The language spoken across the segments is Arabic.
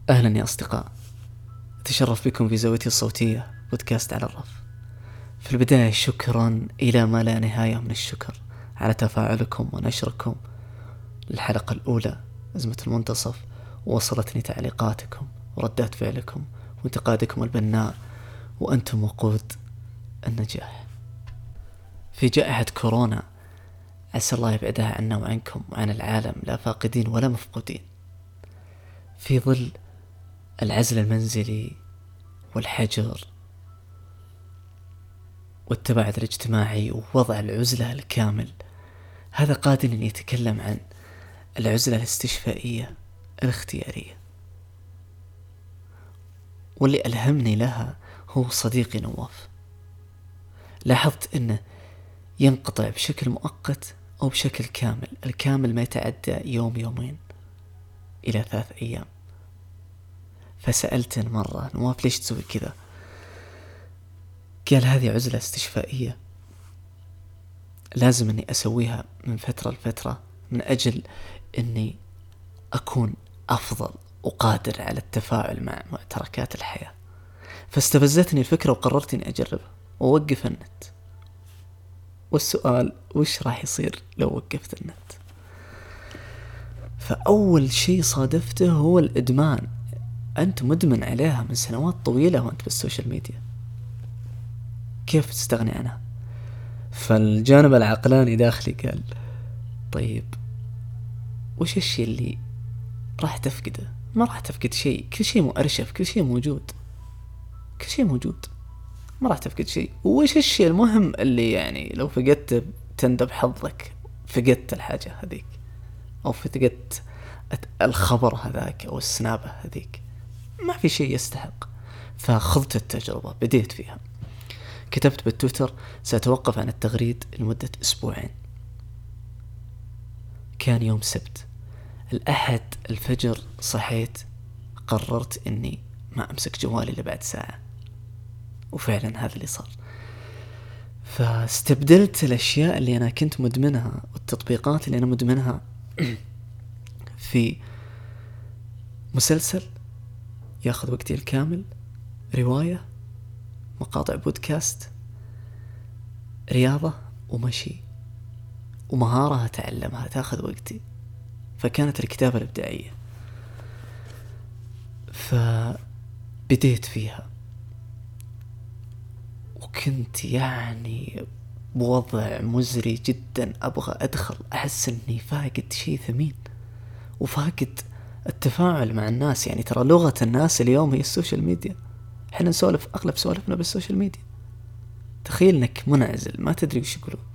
أهلا يا أصدقاء، أتشرف بكم في زاويتي الصوتية بودكاست على الرف. في البداية شكرا إلى ما لا نهاية من الشكر على تفاعلكم ونشركم للحلقة الأولى أزمة المنتصف، ووصلتني تعليقاتكم وردات فعلكم وانتقادكم البناء، وأنتم وقود النجاح. في جائحة كورونا عسى الله يبعدها عنا وعنكم وعن العالم، لا فاقدين ولا مفقودين. في ظل العزل المنزلي والحجر والتباعد الاجتماعي ووضع العزلة الكامل، هذا قادر أن يتكلم عن العزلة الاستشفائية الاختيارية، واللي ألهمني لها هو صديقي نواف. لاحظت أنه ينقطع بشكل مؤقت أو بشكل كامل، الكامل ما يتعدى يوم يومين إلى 3 أيام. فسألته مرة: نواف ليش تسوي كذا؟ قال: هذه عزلة استشفائية لازم أني أسويها من فترة لفترة من أجل أني أكون أفضل وقادر على التفاعل مع معتركات الحياة. فاستفزتني الفكرة وقررت أني أجربها ووقف النت. والسؤال: وش راح يصير لو وقفت النت؟ فأول شيء صادفته هو الإدمان. أنت مدمن عليها من سنوات طويلة وأنت بالسوشيال ميديا، كيف تستغني عنها؟ فالجانب العقلاني داخلي قال: طيب وش الشيء اللي راح تفقده؟ ما راح تفقد شيء، كل شيء مؤرشف، كل شيء موجود، كل شيء موجود، ما راح تفقد شيء. وش الشيء المهم اللي يعني لو فقدت تندب حظك، فقدت الحاجة هذيك أو فقدت الخبر هذاك أو السنابة هذيك، ما في شيء يستحق. فخذت التجربة، بديت فيها. كتبت بالتويتر: سأتوقف عن التغريد لمدة 2 أسبوع. كان يوم سبت، الأحد الفجر صحيت، قررت أني ما أمسك جوالي إلا بعد ساعة، وفعلا هذا اللي صار. فاستبدلت الأشياء اللي أنا كنت مدمنها والتطبيقات اللي أنا مدمنها في مسلسل ياخذ وقتي الكامل، رواية، مقاطع بودكاست، رياضة ومشي، ومهارة أتعلمها تاخذ وقتي. فكانت الكتابة الإبداعية، فبديت فيها وكنت يعني بوضع مزري جدا. أبغى أدخل أحس أني فاقد شيء ثمين وفاقد التفاعل مع الناس. يعني ترى لغة الناس اليوم هي السوشيال ميديا، احنا نسولف أغلب سوالفنا بالسوشيال ميديا. تخيل أنك منعزل ما تدري وش يقولون.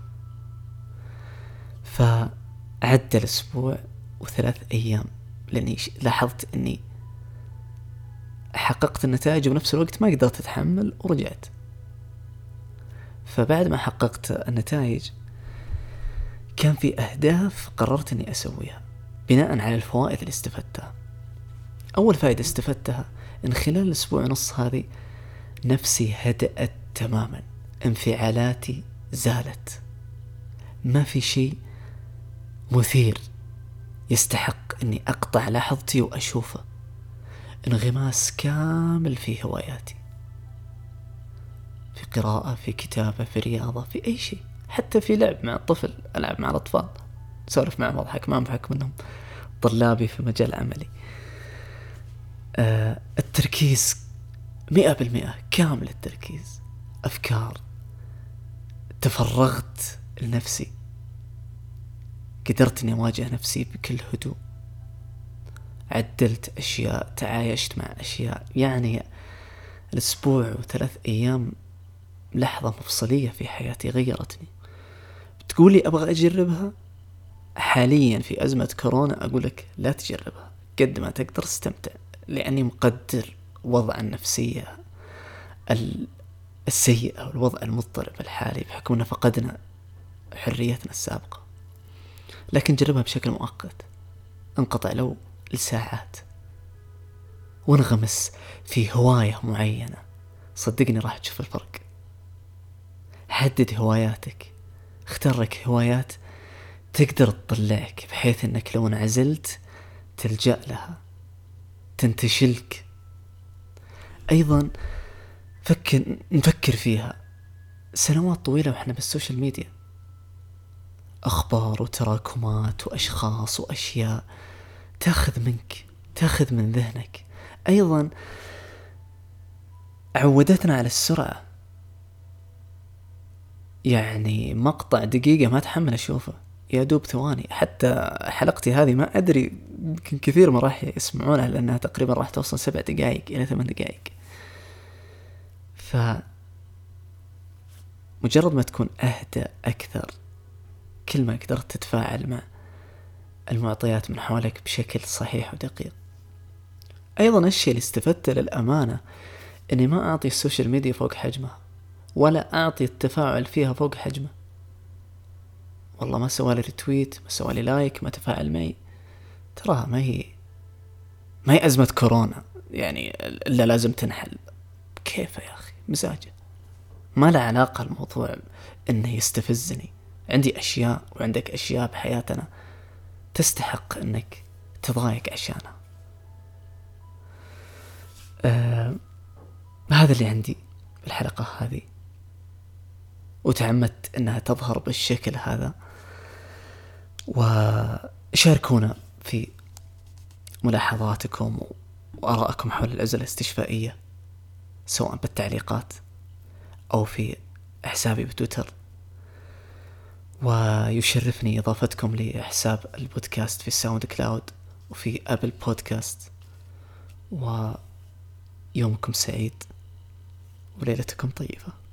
فعدى الأسبوع و3 أيام لأني لاحظت أني حققت النتائج وبنفس الوقت ما قدرت أتحمل ورجعت. فبعد ما حققت النتائج كان في أهداف قررت أني أسويها بناء على الفوائد اللي استفدتها. أول فائدة استفدتها إن خلال الأسبوع ونص هذه نفسي هدأت تماما، انفعالاتي زالت، ما في شيء مثير يستحق أني أقطع لحظتي وأشوفه. انغماس كامل في هواياتي، في قراءة، في كتابة، في رياضة، في أي شيء، حتى في لعب مع الطفل، ألعب مع الأطفال، سولف معهم، أضحك معهم بحكم أنهم طلابي في مجال عملي. التركيز 100%، كامل التركيز، أفكار، تفرغت لنفسي، قدرت أني أواجه نفسي بكل هدوء، عدلت أشياء، تعايشت مع أشياء. يعني الأسبوع و3 أيام لحظة مفصلية في حياتي غيرتني. بتقولي أبغى أجربها حاليا في أزمة كورونا؟ أقولك لا تجربها، قد ما تقدر استمتع، لأني مقدر وضع النفسية السيئة والوضع المضطرب الحالي بحكم أن فقدنا حريتنا السابقة. لكن جربها بشكل مؤقت، انقطع لو لساعات وانغمس في هواية معينة، صدقني راح تشوف الفرق. حدد هواياتك، اختار لك هوايات تقدر تطلعك بحيث انك لو انعزلت تلجأ لها. تنتشلك. أيضا نفكر فيها، سنوات طويلة وإحنا بالسوشيال ميديا، أخبار وتراكمات وأشخاص وأشياء تأخذ منك، تأخذ من ذهنك. أيضا عودتنا على السرعة، يعني مقطع دقيقة ما تحمل أشوفه، يا دوب ثواني. حتى حلقتي هذه ما أدري يمكن كثير ما راح يسمعونها لأنها تقريبا راح توصل 7 دقائق إلى 8 دقائق. مجرد ما تكون أهدى أكثر، كل ما قدرت تتفاعل مع المعطيات من حولك بشكل صحيح ودقيق. أيضا الشيء اللي استفدته للأمانة أني ما أعطي السوشيال ميديا فوق حجمها، ولا أعطي التفاعل فيها فوق حجمه. والله ما سوالي ريتويت، ما سوالي لايك، ما تفاعل معي، تراها ما هي أزمة كورونا يعني إلا لازم تنحل. كيف يا أخي؟ مزاجه ما له علاقة الموضوع إنه يستفزني. عندي أشياء وعندك أشياء بحياتنا تستحق إنك تضايق عشانها. هذا اللي عندي بالحلقة هذه، وتعمدت إنها تظهر بالشكل هذا. وشاركونا في ملاحظاتكم وآرائكم حول العزلة الاستشفائية، سواء بالتعليقات أو في حسابي بتويتر. ويشرفني إضافتكم لحساب البودكاست في الساوند كلاود وفي أبل بودكاست. ويومكم سعيد وليلتكم طيبة.